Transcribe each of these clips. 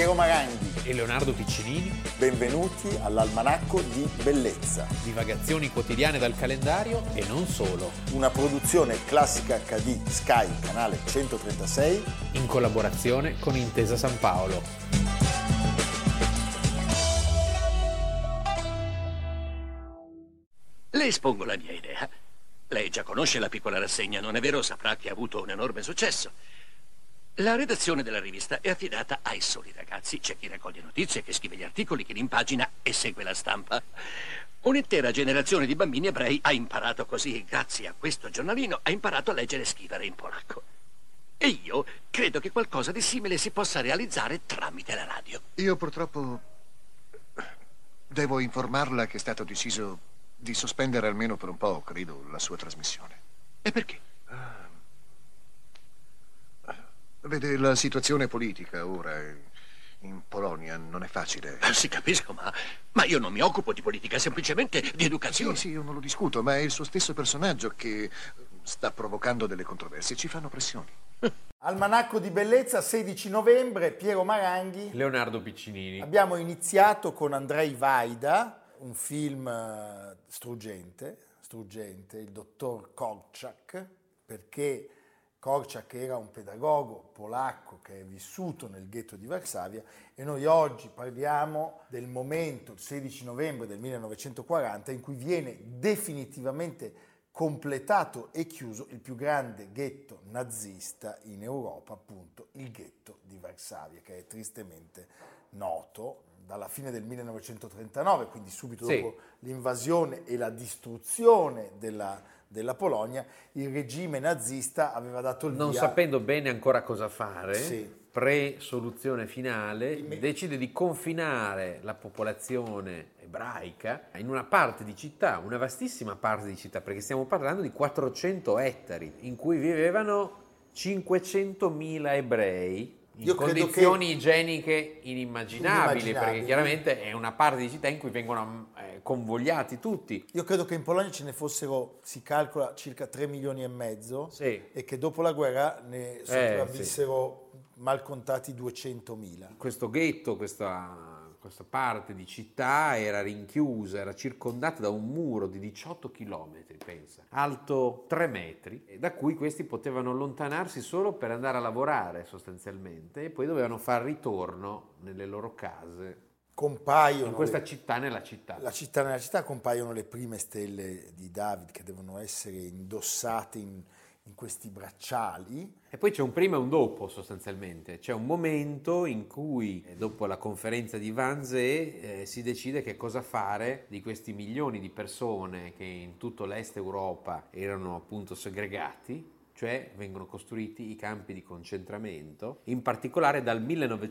Piero Maranghi e Leonardo Piccinini. Benvenuti all'Almanacco di Bellezza. Divagazioni quotidiane dal calendario e non solo. Una produzione Classica HD Sky, canale 136. In collaborazione con Intesa San Paolo. Le espongo la mia idea. Lei già conosce la piccola rassegna, non è vero? Saprà che ha avuto un enorme successo. La redazione della rivista è affidata ai soli ragazzi. C'è chi raccoglie notizie, che scrive gli articoli, chi li impagina e segue la stampa. Un'intera generazione di bambini ebrei ha imparato così, grazie a questo giornalino, ha imparato a leggere e scrivere in polacco. E io credo che qualcosa di simile si possa realizzare tramite la radio. Io purtroppo devo informarla che è stato deciso di sospendere almeno per un po', credo, la sua trasmissione. E perché? Vede, la situazione politica ora in Polonia non è facile. Sì, capisco, ma io non mi occupo di politica, semplicemente di educazione. Sì, io non lo discuto, ma è il suo stesso personaggio che sta provocando delle controversie. Ci fanno pressioni. Almanacco di Bellezza, 16 novembre, Piero Maranghi. Leonardo Piccinini. Abbiamo iniziato con Andrzej Wajda, un film struggente, il dottor Korczak, perché Korczak era un pedagogo polacco che è vissuto nel ghetto di Varsavia e noi oggi parliamo del momento, il 16 novembre del 1940, in cui viene definitivamente completato e chiuso il più grande ghetto nazista in Europa, appunto il ghetto di Varsavia, che è tristemente noto dalla fine del 1939, quindi subito dopo l'invasione e la distruzione della Polonia. Il regime nazista aveva dato il via. Non sapendo bene ancora cosa fare, pre-soluzione finale, decide di confinare la popolazione ebraica in una parte di città, una vastissima parte di città, perché stiamo parlando di 400 ettari, in cui vivevano 500.000 ebrei, in condizioni igieniche inimmaginabili, perché chiaramente è una parte di città in cui vengono convogliati tutti. Io credo che in Polonia ce ne fossero, si calcola, circa 3 milioni e mezzo e che dopo la guerra ne sopravvissero mal contati 200.000. Questo ghetto, questa parte di città era rinchiusa, era circondata da un muro di 18 chilometri, pensa, alto 3 metri, da cui questi potevano allontanarsi solo per andare a lavorare sostanzialmente e poi dovevano far ritorno nelle loro case. Compaiono in questa città nella città. Nella città compaiono le prime stelle di David che devono essere indossate in questi bracciali. E poi c'è un prima e un dopo sostanzialmente, c'è un momento in cui dopo la conferenza di Wannsee si decide che cosa fare di questi milioni di persone che in tutto l'est Europa erano appunto segregati, cioè vengono costruiti i campi di concentramento. In particolare dal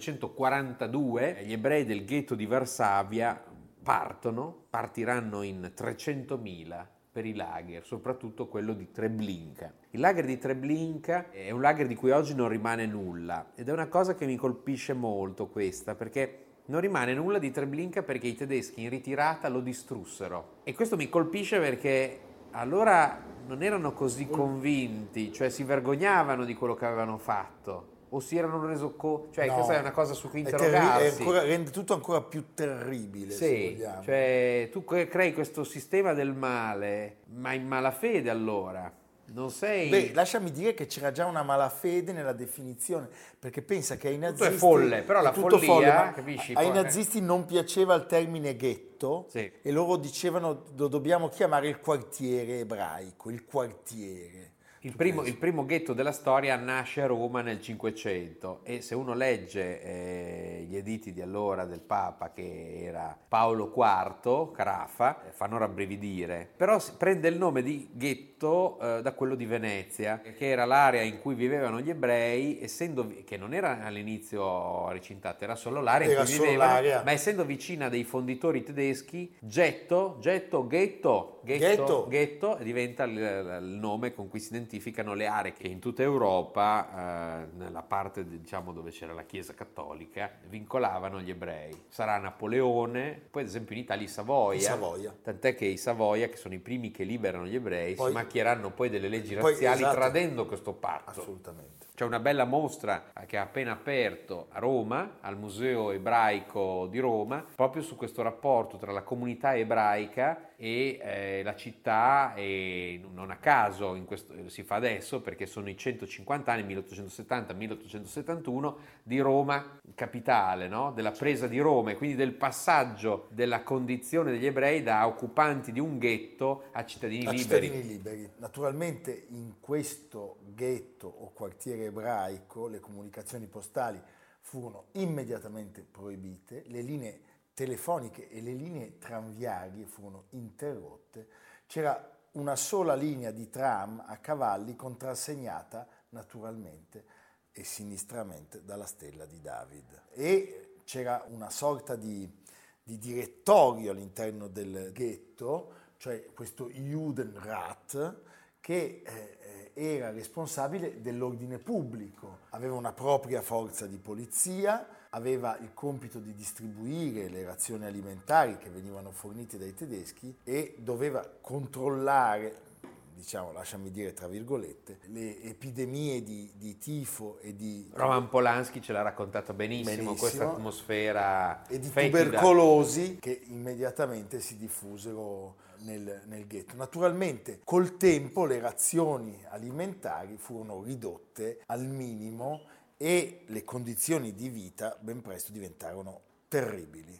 1942 gli ebrei del ghetto di Varsavia partiranno in 300.000 per i lager, soprattutto quello di Treblinka. Il lager di Treblinka è un lager di cui oggi non rimane nulla ed è una cosa che mi colpisce molto questa, perché non rimane nulla di Treblinka perché i tedeschi in ritirata lo distrussero. E questo mi colpisce perché allora non erano così convinti, cioè si vergognavano di quello che avevano fatto. O si erano reso conto, cioè questa è una cosa su cui interrogarsi. Rende tutto ancora più terribile, se vogliamo. Cioè tu crei questo sistema del male, ma in malafede allora. Non sei... lasciami dire che c'era già una malafede nella definizione, perché pensa che ai nazisti... Tutto è folle, però la follia, capisci? Ai nazisti non piaceva il termine ghetto e loro dicevano lo dobbiamo chiamare il quartiere ebraico, il quartiere. Il primo ghetto della storia nasce a Roma nel 500 e se uno legge gli editti di allora del Papa, che era Paolo IV, Carafa, fanno rabbrividire. Però prende il nome di ghetto da quello di Venezia, che era l'area in cui vivevano gli ebrei, che non era all'inizio recintata, era solo l'area in cui vivevano, ma essendo vicina dei fonditori tedeschi, ghetto, Ghetto diventa il nome con cui si identificano le aree che in tutta Europa, nella parte diciamo dove c'era la Chiesa cattolica, vincolavano gli ebrei. Sarà Napoleone, poi ad esempio in Italia i Savoia. Tant'è che i Savoia, che sono i primi che liberano gli ebrei, si macchieranno poi delle leggi razziali, esatto, tradendo questo patto. Assolutamente. C'è una bella mostra che ha appena aperto a Roma, al Museo Ebraico di Roma, proprio su questo rapporto tra la comunità ebraica e la città, e non a caso si fa adesso perché sono i 150 anni, 1870-1871, di Roma capitale, no? Della presa di Roma e quindi del passaggio della condizione degli ebrei da occupanti di un ghetto a cittadini liberi. Naturalmente in questo ghetto o quartiere ebraico le comunicazioni postali furono immediatamente proibite, le linee telefoniche e le linee tranviarie furono interrotte, c'era una sola linea di tram a cavalli contrassegnata naturalmente e sinistramente dalla stella di David, e c'era una sorta di direttorio all'interno del ghetto, cioè questo Judenrat, che era responsabile dell'ordine pubblico, aveva una propria forza di polizia, aveva il compito di distribuire le razioni alimentari che venivano fornite dai tedeschi e doveva controllare, diciamo, lasciami dire tra virgolette, le epidemie di tifo e di... Roman Polanski ce l'ha raccontato benissimo. Questa atmosfera e di fetida, tubercolosi che immediatamente si diffusero nel ghetto. Naturalmente col tempo le razioni alimentari furono ridotte al minimo e le condizioni di vita ben presto diventarono terribili.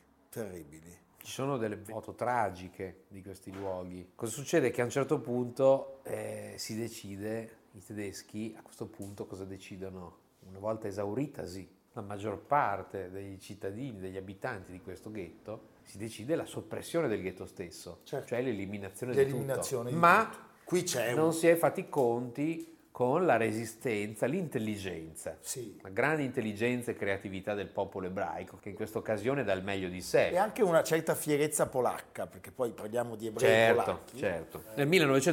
Ci sono delle foto tragiche di questi luoghi. Cosa succede? Che a un certo punto si decide, i tedeschi a questo punto cosa decidono? Una volta esauritasi la maggior parte dei cittadini, degli abitanti di questo ghetto, si decide la soppressione del ghetto stesso, certo, cioè l'eliminazione di tutto. Ma qui non si è fatti i conti con la resistenza, l'intelligenza, sì, la grande intelligenza e creatività del popolo ebraico, che in questa occasione dà il meglio di sé. E anche una certa fierezza polacca, perché poi parliamo di ebrei polacchi. Certo. Nel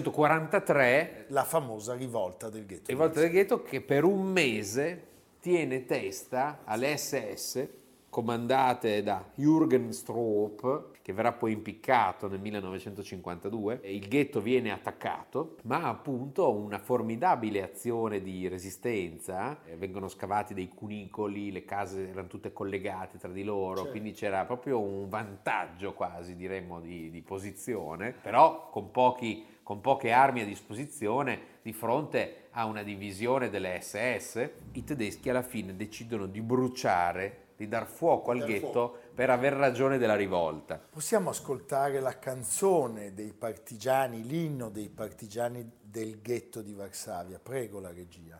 1943 la famosa rivolta del ghetto. Rivolta del ghetto che per un mese tiene testa alle SS comandate da Jürgen Stroop, che verrà poi impiccato nel 1952, e il ghetto viene attaccato, ma appunto una formidabile azione di resistenza, vengono scavati dei cunicoli, le case erano tutte collegate tra di loro, certo, quindi c'era proprio un vantaggio quasi, diremmo, di posizione, però con poche armi a disposizione di fronte a una divisione delle SS, i tedeschi alla fine decidono di bruciare, di dar fuoco al ghetto per aver ragione della rivolta. Possiamo ascoltare la canzone dei partigiani, l'inno dei partigiani del ghetto di Varsavia. Prego la regia.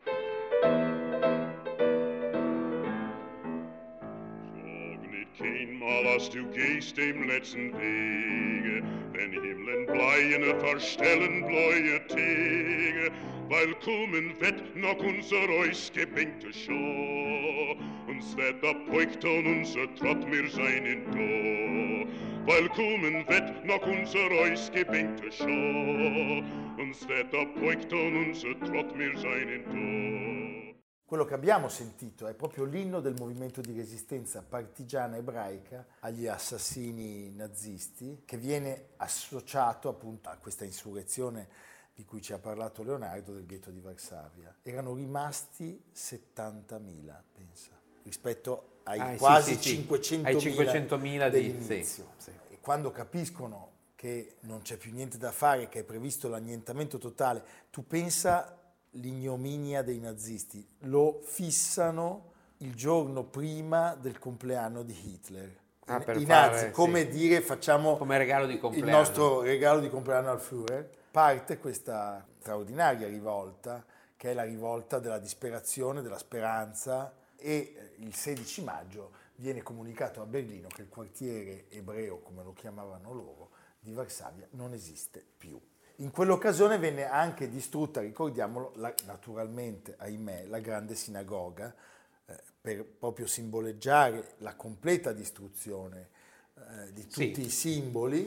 Keenmaal als du gehst dem letzten Wege, wenn Himmeln bleien verstellen bläue Tege, weil kommen wird noch unser ausgebänkte Schau, uns wird abbeugt und unser Trott mir seinen Do, weil kommen wird noch unser ausgebänkte Schau, uns wird abbeugt und unser Trott mir seinen Do. Quello che abbiamo sentito è proprio l'inno del movimento di resistenza partigiana ebraica agli assassini nazisti, che viene associato appunto a questa insurrezione di cui ci ha parlato Leonardo del ghetto di Varsavia. Erano rimasti 70.000, pensa, rispetto ai quasi 500.000 dell'inizio. Sì. E quando capiscono che non c'è più niente da fare, che è previsto l'annientamento totale, tu pensa l'ignominia dei nazisti, lo fissano il giorno prima del compleanno di Hitler. I nazi, come dire, facciamo come regalo di compleanno, il nostro regalo di compleanno al Führer. Parte questa straordinaria rivolta, che è la rivolta della disperazione, della speranza, e il 16 maggio viene comunicato a Berlino che il quartiere ebreo, come lo chiamavano loro, di Varsavia non esiste più. In quell'occasione venne anche distrutta, ricordiamolo, naturalmente, ahimè, la grande sinagoga, per proprio simboleggiare la completa distruzione di tutti i simboli.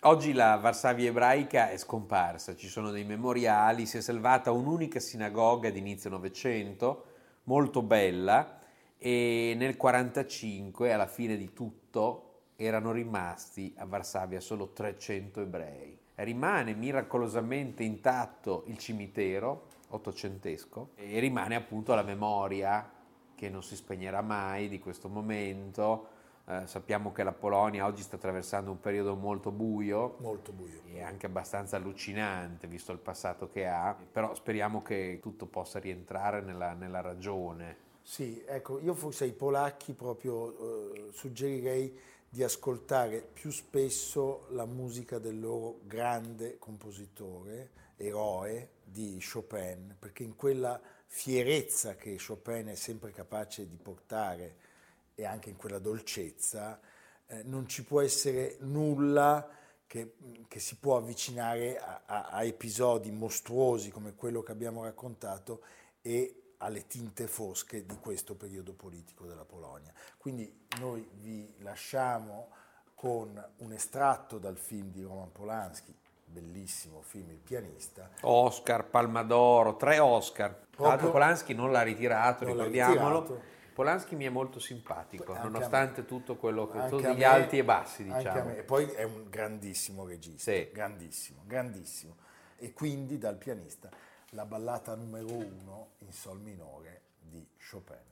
Oggi la Varsavia ebraica è scomparsa, ci sono dei memoriali, si è salvata un'unica sinagoga di inizio Novecento, molto bella, e nel 1945, alla fine di tutto, erano rimasti a Varsavia solo 300 ebrei. Rimane miracolosamente intatto il cimitero ottocentesco e rimane appunto la memoria che non si spegnerà mai di questo momento. Sappiamo che la Polonia oggi sta attraversando un periodo molto buio e anche abbastanza allucinante visto il passato che ha, però speriamo che tutto possa rientrare nella ragione. Sì, ecco, io forse ai polacchi proprio suggerirei di ascoltare più spesso la musica del loro grande compositore, eroe di Chopin, perché in quella fierezza che Chopin è sempre capace di portare e anche in quella dolcezza, non ci può essere nulla che si può avvicinare a episodi mostruosi come quello che abbiamo raccontato e alle tinte fosche di questo periodo politico della Polonia. Quindi noi vi lasciamo con un estratto dal film di Roman Polanski, bellissimo film, Il pianista. Oscar, Palma d'Oro, 3 Oscar. Tra l'altro Polanski non l'ha ritirato, ricordiamolo. Polanski mi è molto simpatico, Anche nonostante tutto quello che tutti me, gli alti e bassi, diciamo. Anche a me. E poi è un grandissimo regista, sì. grandissimo. E quindi dal pianista la ballata numero 1 in sol minore di Chopin.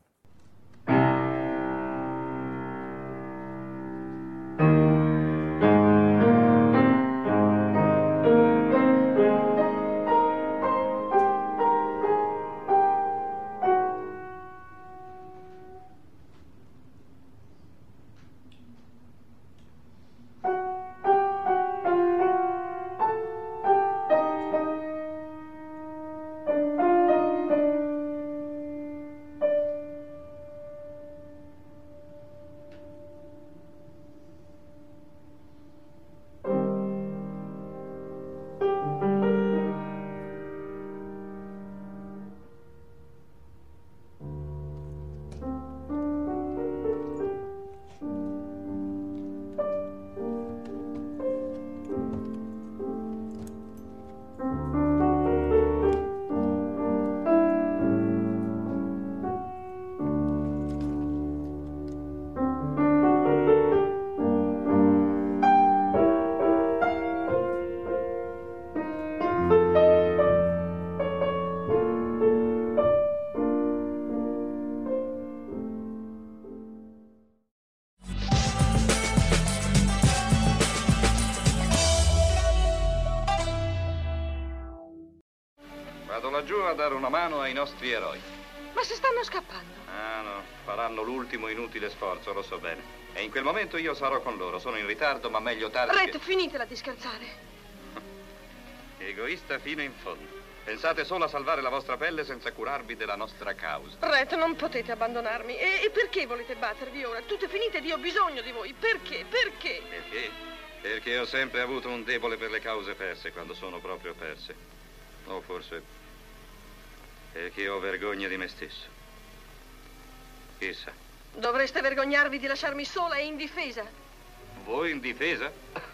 Giù a dare una mano ai nostri eroi. Ma se stanno scappando? Ah no, faranno l'ultimo inutile sforzo, lo so bene. E in quel momento io sarò con loro. Sono in ritardo, ma meglio tardi. Red, finitela di scherzare. Egoista fino in fondo. Pensate solo a salvare la vostra pelle senza curarvi della nostra causa. Red, non potete abbandonarmi. E perché volete battervi ora? Tutto è finito ed io ho bisogno di voi. Perché? Perché? Perché? Perché ho sempre avuto un debole per le cause perse quando sono proprio perse. O forse perché ho vergogna di me stesso. Chissà. Dovreste vergognarvi di lasciarmi sola e indifesa. Voi indifesa?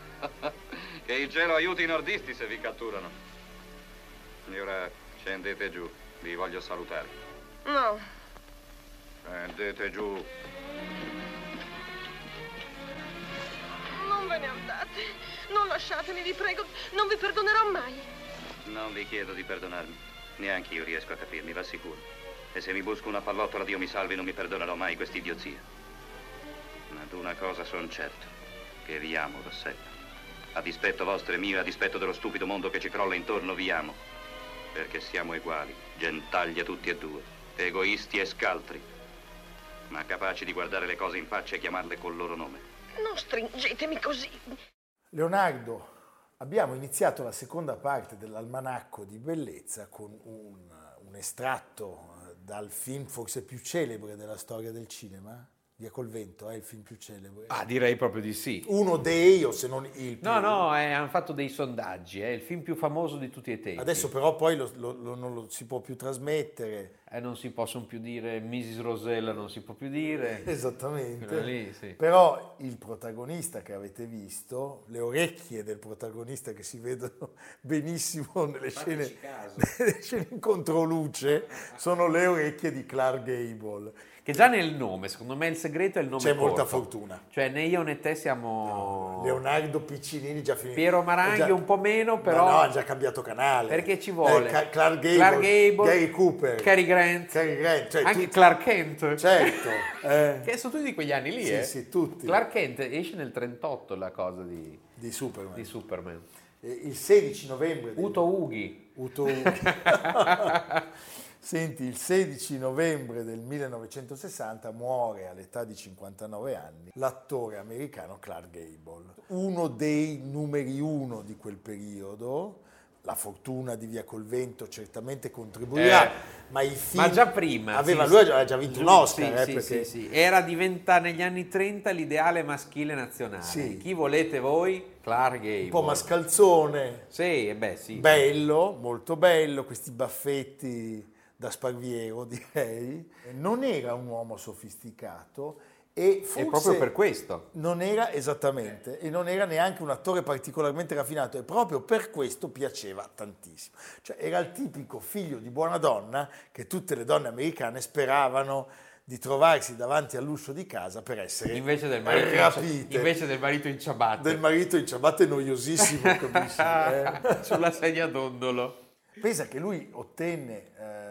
Che il cielo aiuti i nordisti se vi catturano. E ora scendete giù, vi voglio salutare. No. Scendete giù. Non ve ne andate. Non lasciatemi, vi prego. Non vi perdonerò mai. Non vi chiedo di perdonarmi. Neanche io riesco a capirmi, va sicuro. E se mi busco una pallottola, Dio mi salvi, non mi perdonerò mai quest'idiozia. Ma di una cosa son certo, che vi amo, Rossella. A dispetto vostro e mio, a dispetto dello stupido mondo che ci crolla intorno, vi amo. Perché siamo uguali, gentaglia tutti e due, egoisti e scaltri, ma capaci di guardare le cose in faccia e chiamarle col loro nome. Non stringetemi così. Leonardo, abbiamo iniziato la seconda parte dell'Almanacco di Bellezza con un estratto dal film forse più celebre della storia del cinema. Via col vento è il film più celebre? Ah, direi proprio di sì. Uno dei, o se non il più. No, hanno fatto dei sondaggi, è il film più famoso di tutti i tempi. Adesso però poi non lo si può più trasmettere. non si possono più dire Mrs. Rosella, non si può più dire. Esattamente. Lì, sì. Però il protagonista che avete visto, le orecchie del protagonista che si vedono benissimo nelle scene in controluce, sono le orecchie di Clark Gable. Che già nel nome, secondo me il segreto è il nome C'è corto. molta fortuna. Cioè né io né te siamo... Leonardo Piccinini già finito. Piero Maranghi un po' meno, però... No, ha già cambiato canale. Perché ci vuole? Clark Gable, Gary Cooper, Cary Grant, cioè anche Clark Kent. Certo. Che sono tutti di quegli anni lì, Sì, tutti. Clark Kent esce nel 38 la cosa di Superman. Il 16 novembre... Uto Ughi. Senti, il 16 novembre del 1960 muore all'età di 59 anni l'attore americano Clark Gable, uno dei numeri uno di quel periodo. La fortuna di Via col Vento certamente contribuirà, ma i film... Ma già prima. Lui aveva già vinto un Oscar. Perché... Sì. Era diventa negli anni 30 l'ideale maschile nazionale. Sì. Chi volete voi? Clark Gable. Un po' mascalzone. Sì. Bello, molto bello, questi baffetti da Sparviero, direi. Non era un uomo sofisticato e forse... E proprio per questo. Non era, esattamente, e non era neanche un attore particolarmente raffinato, e proprio per questo piaceva tantissimo. Cioè era il tipico figlio di buona donna che tutte le donne americane speravano di trovarsi davanti all'uscio di casa per essere invece del marito rapite. Invece del marito in ciabatte. Del marito in ciabatte noiosissimo, capisci? Sulla sedia a dondolo. Pensa che lui ottenne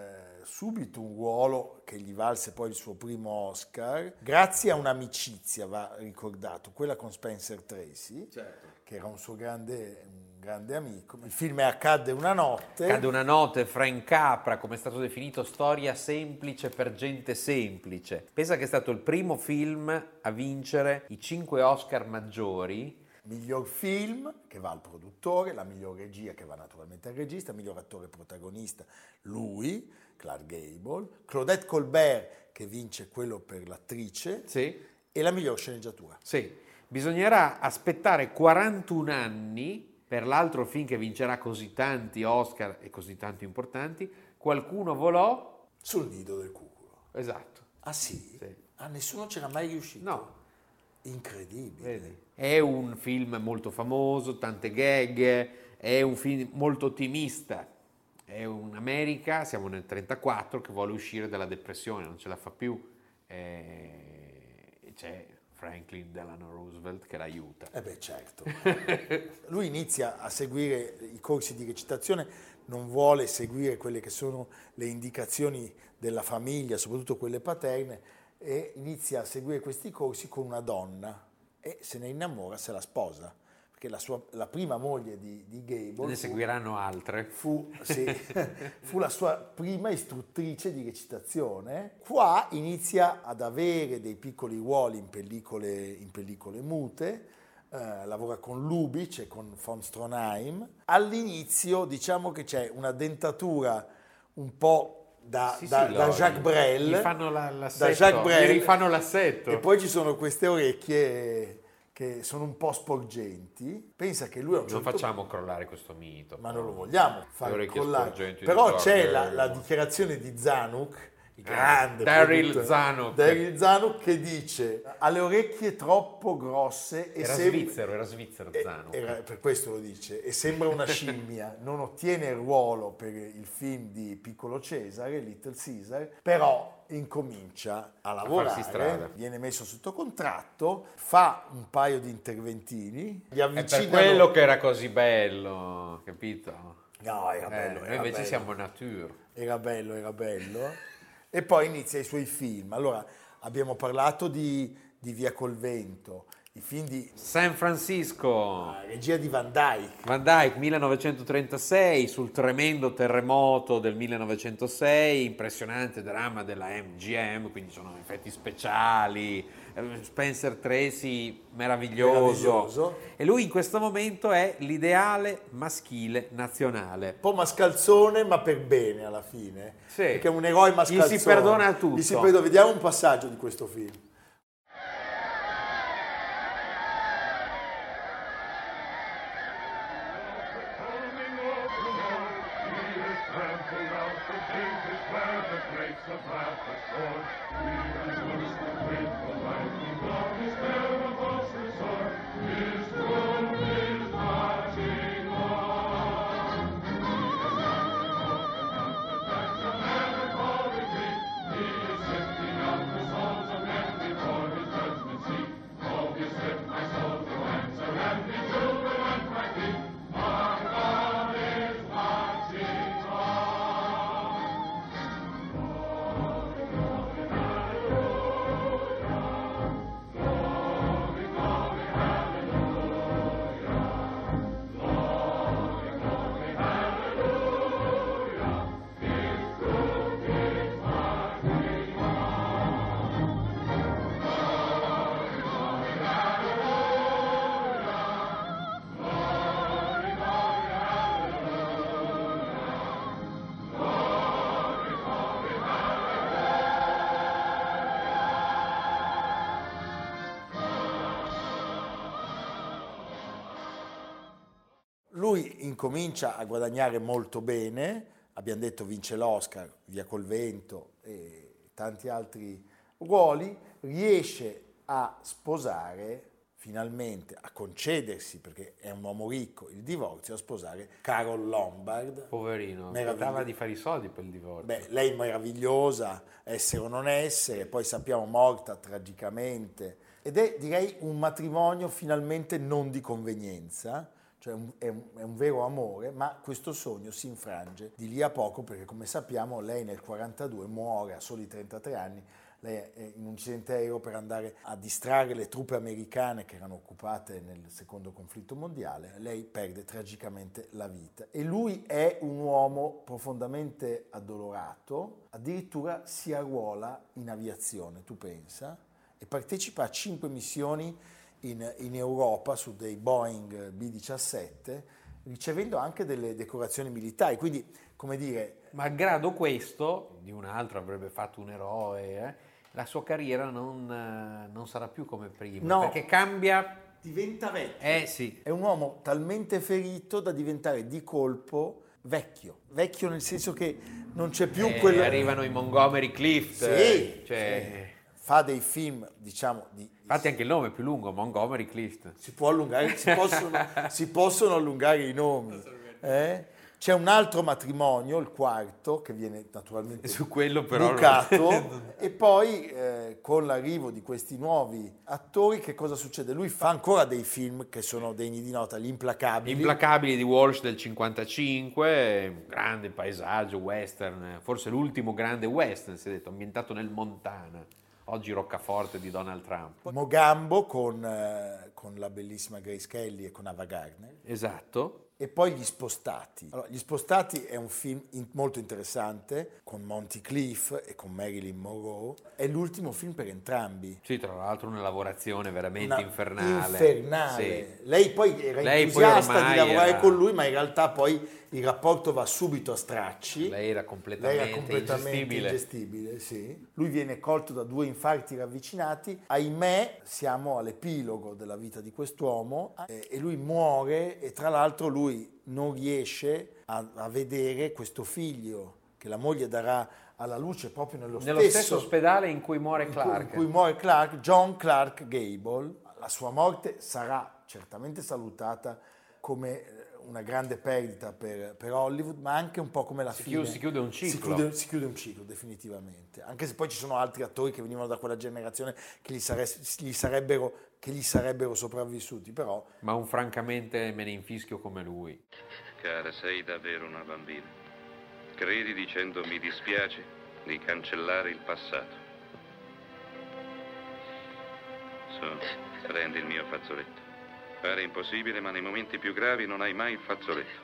subito un ruolo che gli valse poi il suo primo Oscar, grazie a un'amicizia, va ricordato, quella con Spencer Tracy, certo, che era un suo grande amico. Il film è Accadde una notte. Accadde una notte, Frank Capra, come è stato definito, storia semplice per gente semplice. Pensa che è stato il primo film a vincere i 5 Oscar maggiori. Miglior film, che va al produttore, la miglior regia, che va naturalmente al regista, miglior attore protagonista, lui, Clark Gable, Claudette Colbert, che vince quello per l'attrice, sì, e la miglior sceneggiatura. Sì, bisognerà aspettare 41 anni per l'altro film che vincerà così tanti Oscar e così tanto importanti, Qualcuno volò sul nido del cuculo. Esatto. Ah sì? Ah, nessuno c'era mai riuscito? No. Incredibile. Vedi. È un film molto famoso, tante gag, è un film molto ottimista. È un'America, siamo nel 1934, che vuole uscire dalla depressione, non ce la fa più. C'è Franklin Delano Roosevelt che l'aiuta. Certo. Lui inizia a seguire i corsi di recitazione, non vuole seguire quelle che sono le indicazioni della famiglia, soprattutto quelle paterne, e inizia a seguire questi corsi con una donna e se ne innamora, se la sposa. Perché la prima moglie di Gable... Ne seguiranno altre. Fu la sua prima istruttrice di recitazione. Qua inizia ad avere dei piccoli ruoli in pellicole mute, lavora con Lubitsch e con von Stroheim. All'inizio diciamo che c'è una dentatura un po' da Jacques Brel. Gli fanno l'assetto. Gli rifanno l'assetto. E poi ci sono queste orecchie che sono un po' sporgenti. Pensa che lui non facciamo crollare questo mito. Ma non lo vogliamo far crollare. Però c'è la dichiarazione di Zanuck, il grande Daryl Zanuck, che dice: ha le orecchie troppo grosse e era svizzero Zanuck. Per questo lo dice, e sembra una scimmia. Non ottiene il ruolo per il film di Piccolo Cesare, Little Caesar, però incomincia a lavorare, viene messo sotto contratto, fa un paio di interventini, gli avvicinano... È per quello che era così bello, capito? No, era bello. Noi invece siamo nature. Era bello. E poi inizia i suoi film. Allora, abbiamo parlato di Via col Vento, i film di San Francisco, regia di Van Dyke 1936, sul tremendo terremoto del 1906, impressionante dramma della MGM, quindi sono effetti speciali, Spencer Tracy meraviglioso. E lui in questo momento è l'ideale maschile nazionale. Un po' mascalzone, ma per bene alla fine, sì, perché è un eroe mascalzone. Gli si perdona tutto. Vediamo un passaggio di questo film. Lui incomincia a guadagnare molto bene, abbiamo detto vince l'Oscar, Via col vento e tanti altri ruoli, riesce a sposare finalmente, a concedersi, perché è un uomo ricco, il divorzio, a sposare Carole Lombard. Poverino, aspettava di fare i soldi per il divorzio. Beh, lei meravigliosa, essere o non essere, poi sappiamo morta tragicamente, ed è direi un matrimonio finalmente non di convenienza, cioè è un vero amore, ma questo sogno si infrange di lì a poco perché, come sappiamo, lei nel 1942 muore a soli 33 anni, lei è in un incidente aereo per andare a distrarre le truppe americane che erano occupate nel secondo conflitto mondiale, lei perde tragicamente la vita. E lui è un uomo profondamente addolorato, addirittura si arruola in aviazione, tu pensa, e partecipa a 5 missioni in Europa su dei Boeing B-17, ricevendo anche delle decorazioni militari, quindi, come dire... Malgrado questo, di un altro avrebbe fatto un eroe, la sua carriera non sarà più come prima, no, perché cambia... Diventa vecchio. Sì. È un uomo talmente ferito da diventare di colpo vecchio nel senso che non c'è più quello... Arrivano i Montgomery Clift, sì, cioè... sì. Fa dei film, diciamo, infatti anche il nome è più lungo, Montgomery Clift. Si può allungare, si possono allungare i nomi. C'è un altro matrimonio, il quarto, che viene naturalmente su quello però bucato, e poi con l'arrivo di questi nuovi attori che cosa succede? Lui fa ancora dei film che sono degni di nota, Gli Implacabili. Implacabili di Walsh del 55, grande paesaggio, western, forse l'ultimo grande western, si è detto, ambientato nel Montana. Oggi Roccaforte di Donald Trump. Mogambo con la bellissima Grace Kelly e con Ava Gardner. Esatto. E poi Gli Spostati. Allora, Gli Spostati è un film molto interessante, con Monty Cliff e con Marilyn Monroe. È l'ultimo film per entrambi. Sì, tra l'altro una lavorazione veramente infernale. Infernale. Sì. Lei poi era entusiasta di lavorare con lui, ma in realtà poi il rapporto va subito a stracci. Lei era completamente ingestibile, sì. Lui viene colto da 2 infarti ravvicinati. Ahimè, siamo all'epilogo della vita di quest'uomo e lui muore, e tra l'altro lui non riesce a vedere questo figlio che la moglie darà alla luce proprio nello stesso ospedale in cui muore Clark. In cui muore Clark, John Clark Gable. La sua morte sarà certamente salutata come una grande perdita per Hollywood, ma anche un po' come la fine. Si chiude un ciclo. Si chiude un ciclo, definitivamente. Anche se poi ci sono altri attori che venivano da quella generazione che gli sarebbero sopravvissuti, però... Ma un francamente me ne infischio come lui. Cara, sei davvero una bambina. Credi, dicendo mi dispiace, di cancellare il passato. Prendi il mio fazzoletto. Pare impossibile, ma nei momenti più gravi non hai mai il fazzoletto.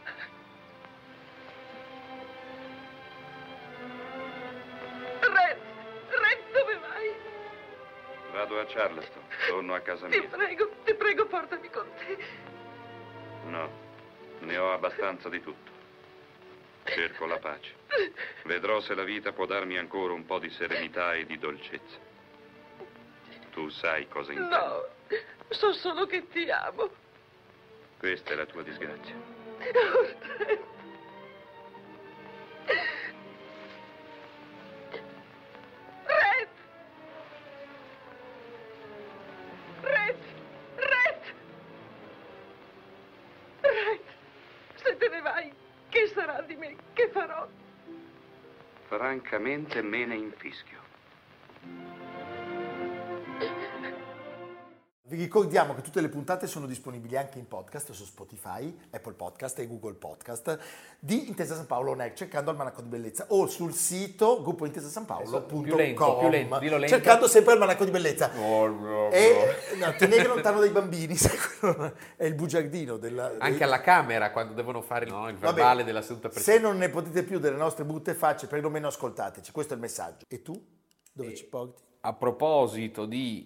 Ren, dove vai? Vado a Charleston, torno a casa mia. Ti prego, portami con te. No, ne ho abbastanza di tutto. Cerco la pace. Vedrò se la vita può darmi ancora un po' di serenità e di dolcezza. Tu sai cosa intendo. No, so solo che ti amo. Questa è la tua disgrazia. ne vai, che sarà di me? Che farò? Francamente me ne infischio. Vi ricordiamo che tutte le puntate sono disponibili anche in podcast su Spotify, Apple Podcast e Google Podcast di Intesa San Paolo On Air, cercando Almanacco di Bellezza, o sul sito gruppointesasanpaolo.com, più lento, dillo lento. cercando sempre Almanacco di Bellezza. E tenere lontano dai bambini, è il bugiardino Anche alla Camera, quando devono fare il verbale della seduta precedente. Se non ne potete più delle nostre brutte facce, perlomeno ascoltateci, questo è il messaggio. E tu? Dove ci porti? A proposito di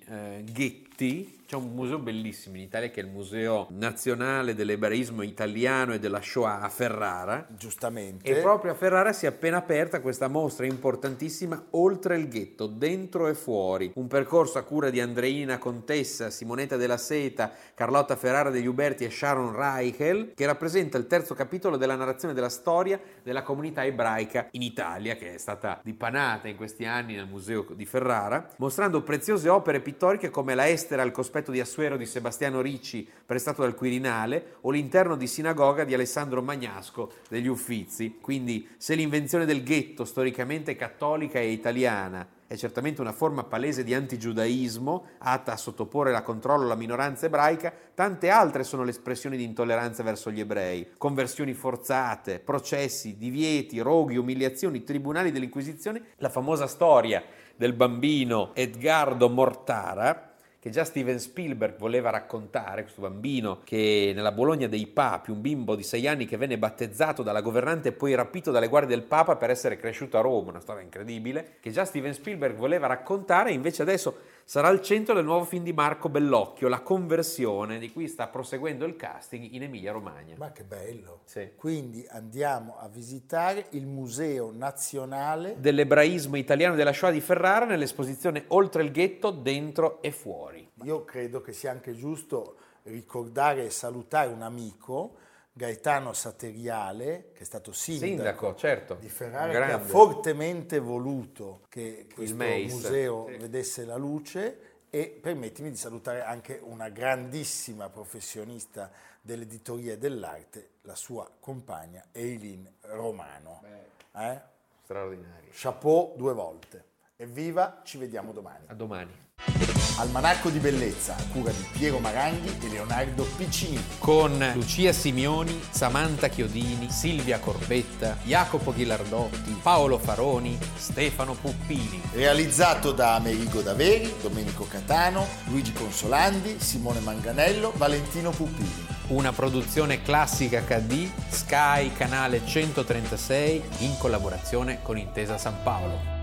ghetti, c'è un museo bellissimo in Italia che è il Museo Nazionale dell'Ebraismo Italiano e della Shoah a Ferrara. Giustamente. E proprio a Ferrara si è appena aperta questa mostra importantissima, Oltre il ghetto, dentro e fuori. Un percorso a cura di Andreina Contessa, Simonetta della Seta, Carlotta Ferrara degli Uberti e Sharon Reichel, che rappresenta il terzo capitolo della narrazione della storia della comunità ebraica in Italia, che è stata dipanata in questi anni nel Museo di Ferrara, mostrando preziose opere pittoriche come la Estera al cospetto di Assuero di Sebastiano Ricci, prestato dal Quirinale, o l'interno di sinagoga di Alessandro Magnasco degli Uffizi. Quindi, se l'invenzione del ghetto, storicamente cattolica e italiana, è certamente una forma palese di antigiudaismo, atta a sottoporre la controllo alla minoranza ebraica, tante altre sono le espressioni di intolleranza verso gli ebrei: conversioni forzate, processi, divieti, roghi, umiliazioni, tribunali dell'Inquisizione, la famosa storia del bambino Edgardo Mortara, che già Steven Spielberg voleva raccontare, questo bambino che nella Bologna dei Papi, un bimbo di 6 anni che venne battezzato dalla governante e poi rapito dalle guardie del Papa per essere cresciuto a Roma, una storia incredibile, che già Steven Spielberg voleva raccontare, e invece adesso sarà al centro del nuovo film di Marco Bellocchio, La conversione, di cui sta proseguendo il casting in Emilia-Romagna. Ma che bello! Sì. Quindi andiamo a visitare il Museo Nazionale dell'Ebraismo Italiano e della Shoah di Ferrara nell'esposizione Oltre il ghetto, dentro e fuori. Io credo che sia anche giusto ricordare e salutare un amico, Gaetano Sateriale, che è stato sindaco certo, di Ferrara, grande, che ha fortemente voluto che questo MEIS, museo vedesse la luce. E permettimi di salutare anche una grandissima professionista dell'editoria e dell'arte, la sua compagna Eileen Romano. Straordinario. Chapeau 2 volte. Evviva, ci vediamo domani. A domani. Almanacco di Bellezza, a cura di Piero Maranghi e Leonardo Piccini. Con Lucia Simioni, Samantha Chiodini, Silvia Corbetta, Jacopo Ghilardotti, Paolo Faroni, Stefano Puppini. Realizzato da Amerigo Daveri, Domenico Catano, Luigi Consolandi, Simone Manganello, Valentino Puppini. Una produzione Classica HD, Sky Canale 136, in collaborazione con Intesa San Paolo.